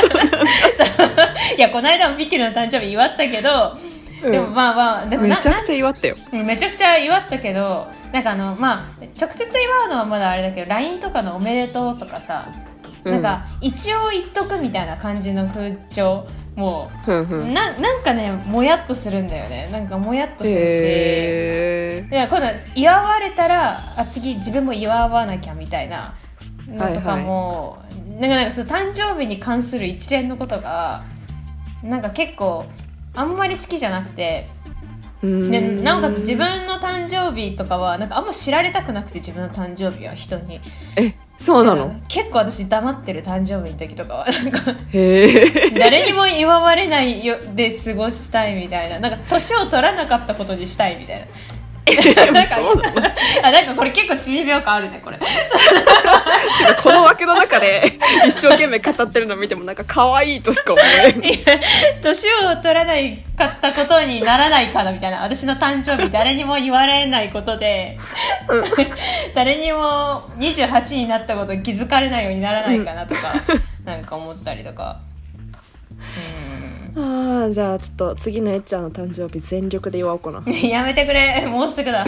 やこの間もピキの誕生日祝ったけど、うん、でもまあまあでもめちゃくちゃ祝ったよ。 めちゃくちゃ祝ったけどなんかあのまあ直接祝うのはまだあれだけど ライン とかのおめでとうとかさ、うん、なんか一応言っとくみたいな感じの風潮もう、うんうん、な, なんかねもやっとするんだよね。なんかもやっとするし、いや今度祝われたらあ次自分も祝わなきゃみたいなのとかも、はいはい、なんかなんかその誕生日に関する一連のことがなんか結構あんまり好きじゃなくて、でなおかつ自分の誕生日とかはなんかあんま知られたくなくて、自分の誕生日は人に。 えそうなの？ 結構私黙ってる、誕生日の時とかはなんかへ誰にも祝われないよで過ごしたいみたいな、なんか年を取らなかったことにしたいみたいななんかそうなの？ あ、なんかこれ結構中二病感あるねこれこの枠の中で一生懸命語ってるの見てもなんか可愛いとしか思えない年を取らないかったことにならないかなみたいな、私の誕生日誰にも言われないことで誰にもにじゅうはちになったことに気づかれないようにならないかなとか、うん、なんか思ったりとか、 うん、あじゃあちょっと次のえっちゃんの誕生日全力で祝おうかなやめてくれ、もうすぐだ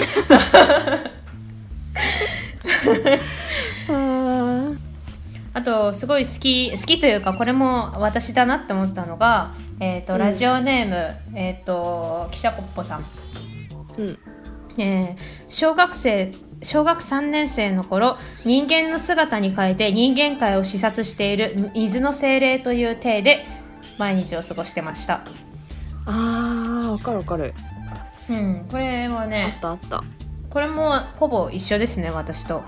あ, あとすごい好き好きというかこれも私だなって思ったのが、えーと、ラジオネーム、うん、えーときしゃこっぽさん、うんえー、小学生小学さんねん生の頃、人間の姿に変えて人間界を視察している水の精霊という体で毎日を過ごしてました。 あーわかるわかる、 うん、これはねあったあった、 これもほぼ一緒ですね私と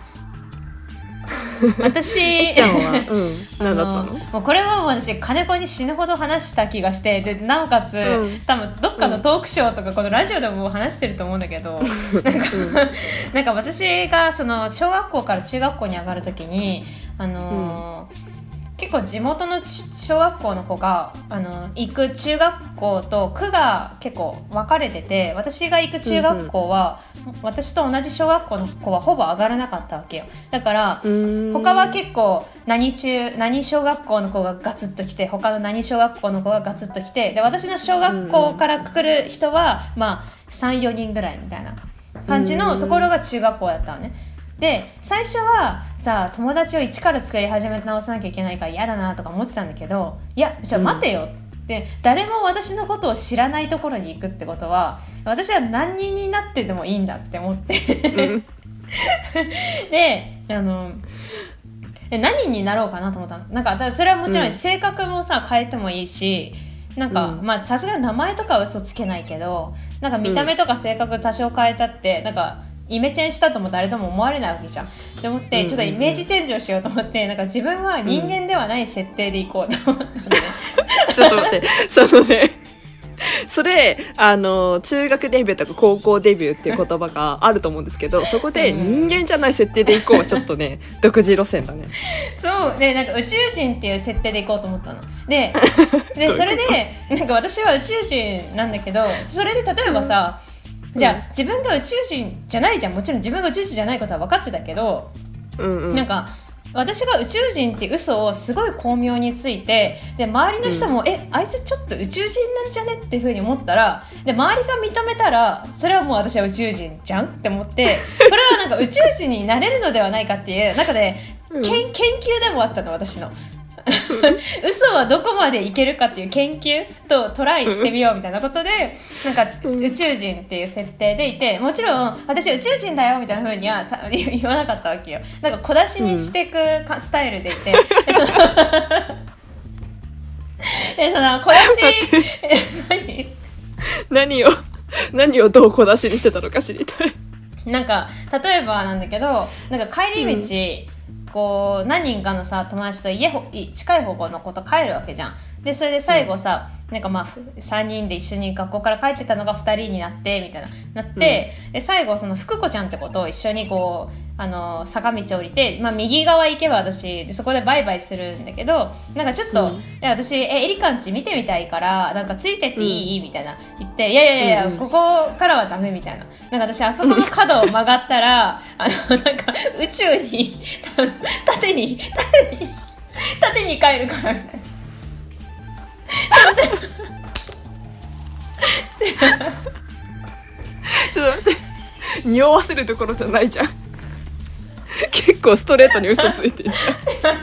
私えっちゃんは、うん、何だったの？ もうこれは私金子に死ぬほど話した気がして、でなおかつ、うん、多分どっかのトークショーとかこのラジオでも話してると思うんだけど、なんか、うん、なんか私がその小学校から中学校に上がるときにあのーうん結構地元の小学校の子があの行く中学校と区が結構分かれてて、私が行く中学校は、うんうん、私と同じ小学校の子はほぼ上がらなかったわけよ。だから他は結構何中何小学校の子がガツッと来て、他の何小学校の子がガツッと来て、で私の小学校から来る人は、まあ、さん、よにんぐらいみたいな感じのところが中学校だったのね。で最初はさあ友達を一から作り始め直さなきゃいけないから嫌だなとか思ってたんだけど、いやじゃあ待てよって、うん、誰も私のことを知らないところに行くってことは私は何人になってでもいいんだって思ってであの何人になろうかなと思ったの。なんかそれはもちろん性格もさ変えてもいいし、なんか、うん、まあさすがに名前とかは嘘つけないけど、なんか見た目とか性格多少変えたって、うん、なんかイメチェンしたとも誰とも思われないわけじゃんって思って、ちょっとイメージチェンジをしようと思って、なんか自分は人間ではない設定でいこうと思ったので、 うん、ちょっと待ってそのねそれあの中学デビューとか高校デビューっていう言葉があると思うんですけど、そこで人間じゃない設定でいこうはちょっとね独自路線だね。 そうで、なんか宇宙人っていう設定でいこうと思ったので、でそれでなんか私は宇宙人なんだけど、それで例えばさ、うん、じゃあ自分が宇宙人じゃないじゃん、もちろん自分が宇宙人じゃないことは分かってたけど、うんうん、なんか私が宇宙人って嘘をすごい巧妙について、で周りの人も、うん、えあいつちょっと宇宙人なんじゃねっていう風に思ったら、で周りが認めたらそれはもう私は宇宙人じゃんって思って、それはなんか宇宙人になれるのではないかっていう中で、うん、研, 研究でもあったの私の嘘はどこまでいけるかっていう研究とトライしてみようみたいなことで、なんか宇宙人っていう設定でいて、もちろん私宇宙人だよみたいな風にはさ言わなかったわけよ。なんか小出しにしていくスタイルでいて、でそのでその小出し何何を何をどう小出しにしてたのか知りたい。 なんか例えばなんだけど、なんか帰り道、うんこう何人かのさ友達と家ほ近い方向の子と帰るわけじゃん。でそれで最後さ、うん、なんかまあさんにんで一緒に学校から帰ってたのがふたりになってみたいななって、うん、で最後その福子ちゃんって子と一緒にこうあの坂道降りて、まあ、右側行けば私でそこでバイバイするんだけど、なんかちょっと、うん、私えエリカんち見てみたいからなんかついてっていい、うん、みたいな言って、いやいやいや、うん、ここからはダメみたいな、なんか私あそこの角を曲がったらあのなんか宇宙に縦に縦に縦に帰るからみたいなちょっと待って匂わせるところじゃないじゃん結構ストレートに嘘ついてんじゃん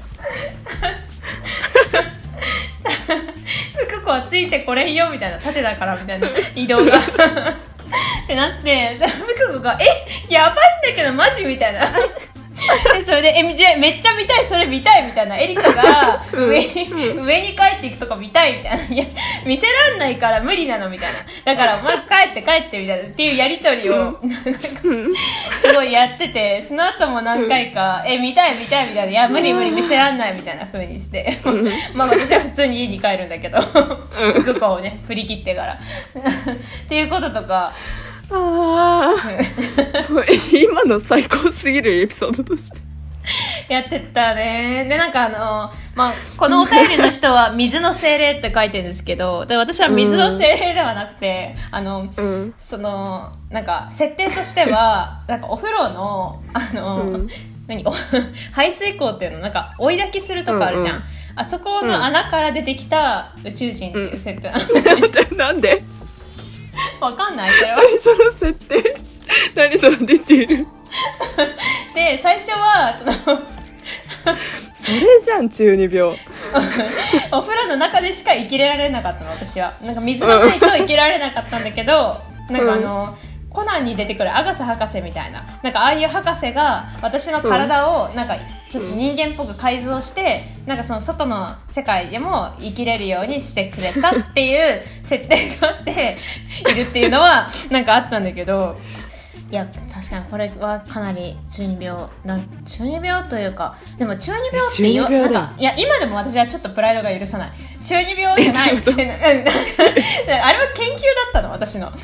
服子はついてこれんよみたいな、縦だからみたいな移動がってなって、服子がえやばいんだけどマジみたいなでそれでえめっちゃ見たい、それ見たいみたいな、エリカが上に、うん、上に帰っていくとこ見たいみたいな、いや見せらんないから無理なのみたいな、だからお前帰って帰ってみたいなっていうやり取りを、うん、なんかすごいやってて、その後も何回か、うん、え見たい見たいみたいな、いや無理無理見せらんないみたいな風にして、うん、まあ私は普通に家に帰るんだけど服子をね振り切ってからっていうこととか、 あ今の最高すぎるエピソードとしてやってたね。でなんかあの、まあ、このお便りの人は水の精霊って書いてるんですけど、で私は水の精霊ではなくて、うん、あの、うん、そのなんか設定としてはなんかお風呂のあの、うん、何排水口っていうのなんか追い焚きするとこあるじゃん、うんうん、あそこの穴から出てきた宇宙人っていう設定なんで、 うん、なんでわかんないそれは何その設定何その出ているで最初はそのそれじゃん中二病お風呂の中でしか生きられなかったの私は。なんか水がないと生きられなかったんだけど、なんかあの、うん、コナンに出てくるアガサ博士みたいな、なんかああいう博士が私の体をなんかちょっと人間っぽく改造して、うん、なんかその外の世界でも生きれるようにしてくれたっていう設定があっているっていうのはなんかあったんだけど、いや確かにこれはかなり中二病な、中二病というか、でも中二病ってよなんか、いや今でも私はちょっとプライドが許さない、中二病じゃないってあれは研究だったの私のなんか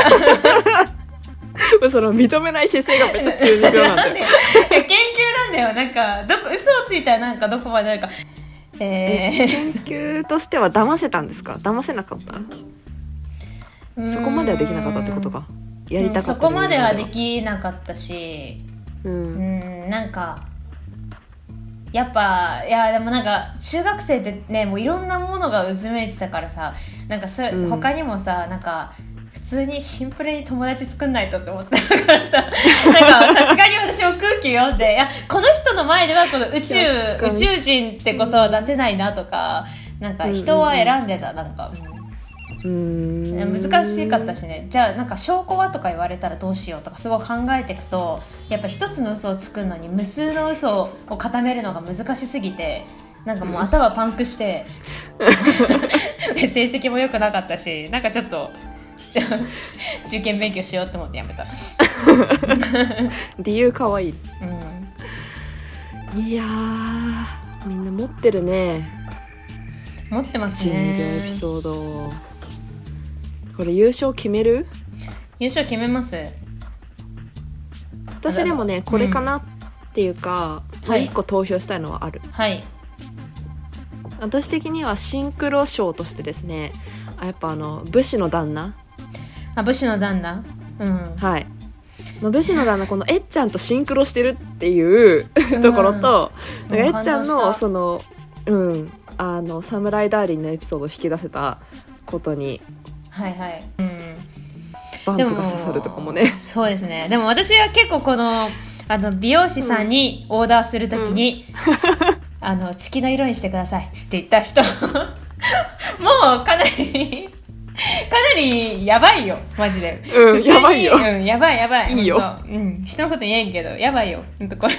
その認めない姿勢がめっちゃ中二病なんだよ研究なんだよ、なんかどこ嘘をついたらなんかどこまでなるか、えー、 研究としては騙せたんですか、騙せなかった、そこまではできなかったってことか、やりたかった、 そこまではできなかったし、 うん、 うんなんかやっぱいやでもなんか中学生ってねもういろんなものがうずめいてたからさ、なんかそれ、うん、他にもさなんか普通にシンプルに友達作んないとって思ってたからさ、なんかさすがに私も空気読んで、いやこの人の前ではこの宇宙宇宙人ってことは出せないなとか、なんか人は選んでた、なんか、 うーん難しかったしね。じゃあなんか証拠はとか言われたらどうしようとかすごい考えていくと、やっぱ一つの嘘を作るのに無数の嘘を固めるのが難しすぎて、なんかもう頭パンクして成績も良くなかったし、なんかちょっとじゃあ受験勉強しようと思ってやめた理由かわいい、 うん、 いやーみんな持ってるね、 持ってますね。 中二病エピソード、これ優勝決める？ 優勝決めます。 私でもねこれかなっていうか、うん、もう一個投票したいのはある。 はい。 私的にはシンクロ賞としてですね、あやっぱあの武士の旦那。 あ武士の旦那。うん。 はい。まあ、武士の旦那このえっちゃんとシンクロしてるっていうところと、うん、なんかえっちゃんのそのうんあのサムライダーリンのエピソードを引き出せたことに。 はいはい、うん、 バンプが刺さるとかもね。 そうですね。でも私は結構このあの美容師さんにオーダーするときに、うん、あの月の色にしてくださいって言った人もうかなりかなりやばいよマジで、 うん、やばいよ、 うん、やばいやばいいいよ、 うん、人のこと言えんけどやばいよほんとこれ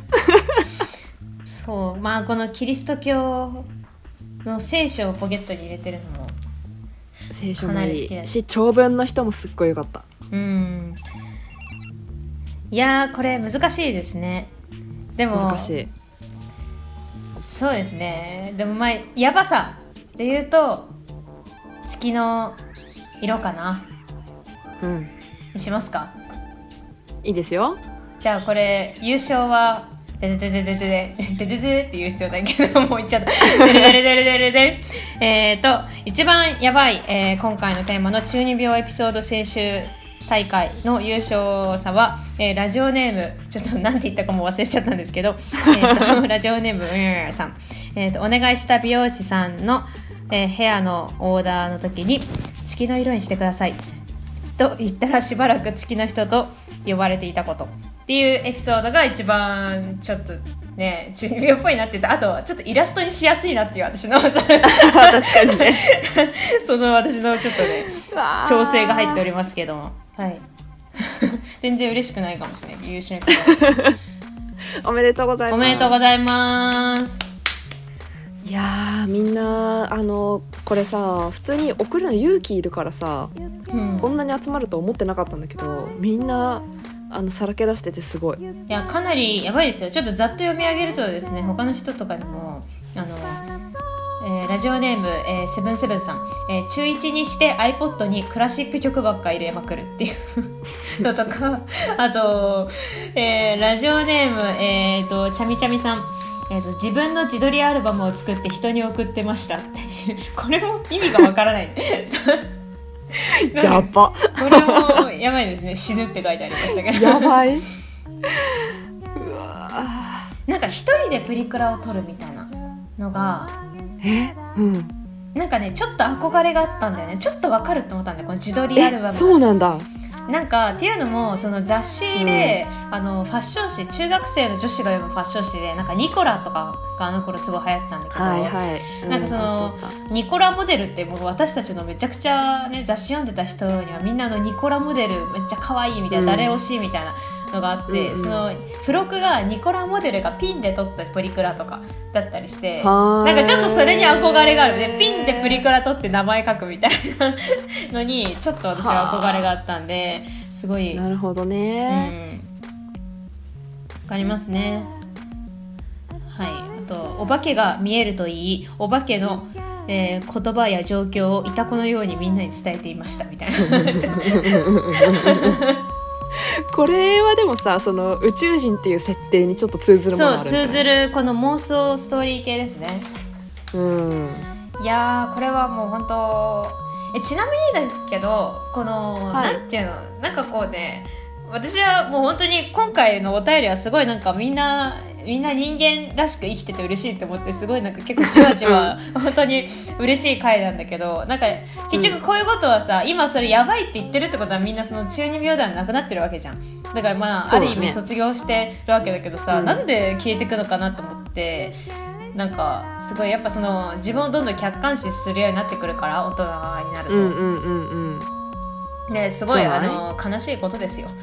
そうまあこのキリスト教の聖書をポケットに入れてるのも聖書もいいし長文の人もすっごいよかった。 うんいやーこれ難しいですね。でも難しい。 そうですね。でもまあやばさで言うと月の色かな。 うんにしますか。 いいですよ。 じゃあこれ優勝はでででででででででって言う必要ないけどもう言っちゃったでででででででえっと一番やばい、えー、今回のテーマの中二病エピソード新集大会の優勝者は、えー、ラジオネームちょっとなんて言ったかも忘れちゃったんですけど、えー、とラジオネームうんさん、えー、とお願いした美容師さんの、えー、ヘアのオーダーの時に月の色にしてくださいと言ったらしばらく月の人と呼ばれていたことっていうエピソードが一番ちょっとね中二病っぽいなって言って、あとはちょっとイラストにしやすいなっていう私のそれ確かにねその私のちょっとね調整が入っておりますけども、はい全然嬉しくないかもしれない、優秀におめでとうございます。 おめでとうございます。 いやーみんなあのこれさ普通に送るの勇気いるからさ、うん、こんなに集まると思ってなかったんだけど、みんなあのさらけ出しててすごい。いやかなりやばいですよ。ちょっとざっと読み上げるとですね、他の人とかにもあの、えー、ラジオネーム、えー、セブンセブンさん、えー、中いちにして iPod にクラシック曲ばっか入れまくるっていうのとかあと、えー、ラジオネーム、えー、とチャミチャミさん、えー、と自分の自撮りアルバムを作って人に送ってましたっていうこれも意味がわからないやばこれもやばいですね。死ぬって書いてありましたけどやばいうわなんか一人でプリクラを撮るみたいなのがえ、うん、 なんかねちょっと憧れがあったんだよね。ちょっとわかると思ったんだよ、この自撮りアルバム。 そうなんだ。 なんかっていうのもその雑誌で、うん、あのファッション誌、中学生の女子が読むファッション誌でなんかニコラとかがあの頃すごい流行ってたんだけど、 はいはい、 なんかその、うん、ニコラモデルってもう私たちのめちゃくちゃ、ね、雑誌読んでた人にはみんなあのニコラモデルめっちゃ可愛いみたいな、うん、誰推しみたいなのがあって、うんうん、その付録がニコラモデルがピンで撮ったプリクラとかだったりして、なんかちょっとそれに憧れがあるね。ピンでプリクラ撮って名前書くみたいなのにちょっと私は憧れがあったんで、すごい。 なるほどね、 うん、わかりますね。はい。あとお化けが見えるといい、お化けの、えー、言葉や状況をいたこのようにみんなに伝えていましたみたいなこれはでもさ、その宇宙人っていう設定にちょっと通ずるものあるんじゃない？ そう、通ずるこの妄想ストーリー系ですね。 うん。 いやーこれはもう本当えちなみにですけど、この、はい、なんていうの、なんかこうね、私はもう本当に今回のお便りはすごいなんかみんなみんな人間らしく生きてて嬉しいと思って、すごいなんか結構じわじわ本当に嬉しい回なんだけど、なんか結局こういうことはさ、今それやばいって言ってるってことはみんなその中二病ではなくなってるわけじゃん。だからまあ、ある意味卒業してるわけだけどさ、うん、なんで消えていくのかなと思って、なんかすごいやっぱその自分をどんどん客観視するようになってくるから、大人になると、 うんうんうんうん、 ね、すごいあの悲しいことですよ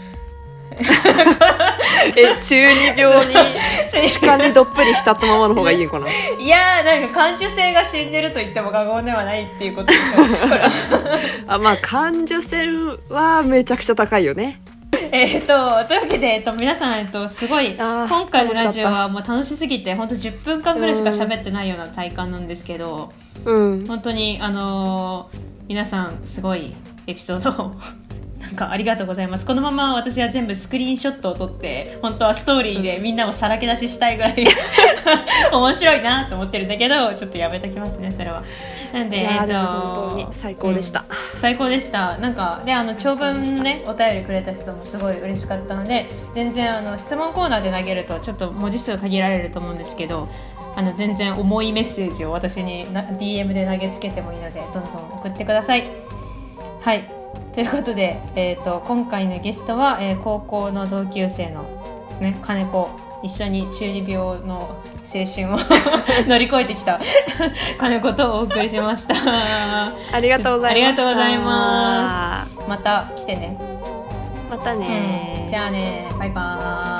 え中二病に主観にどっぷり浸ったままの方がいいのかな。 いやーなんか感受性が死んでると言っても過言ではないっていうことでしょあ、まあ感受性はめちゃくちゃ高いよね。 えー、とというわけで、えっと、皆さん、えっと、すごい今回のラジオはもう楽しすぎて本当じゅっぷんかんぐらいしか喋ってないような体感なんですけど、 うん、 本当に、あのー、皆さんすごいエピソードをなんかありがとうございます。このまま私は全部スクリーンショットを撮って本当はストーリーでみんなをさらけ出ししたいぐらい面白いなと思ってるんだけど、ちょっとやめときますねそれは。なんで、 いやー、 えー、とでも本当に最高でした、うん、 最高でした。なんかで、あの長文ねお便りくれた人もすごい嬉しかったので、全然あの質問コーナーで投げるとちょっと文字数限られると思うんですけど、あの全然重いメッセージを私に ディーエム で投げつけてもいいのでどんどん送ってください。はい、ということで、えー、と今回のゲストは、えー、高校の同級生の、ね、金子、一緒に中二病の青春を乗り越えてきた金子とお送りしましたありがとうございました。 ありがとうございます。また来てね。 またね、 うん、じゃあね、バイバーイ。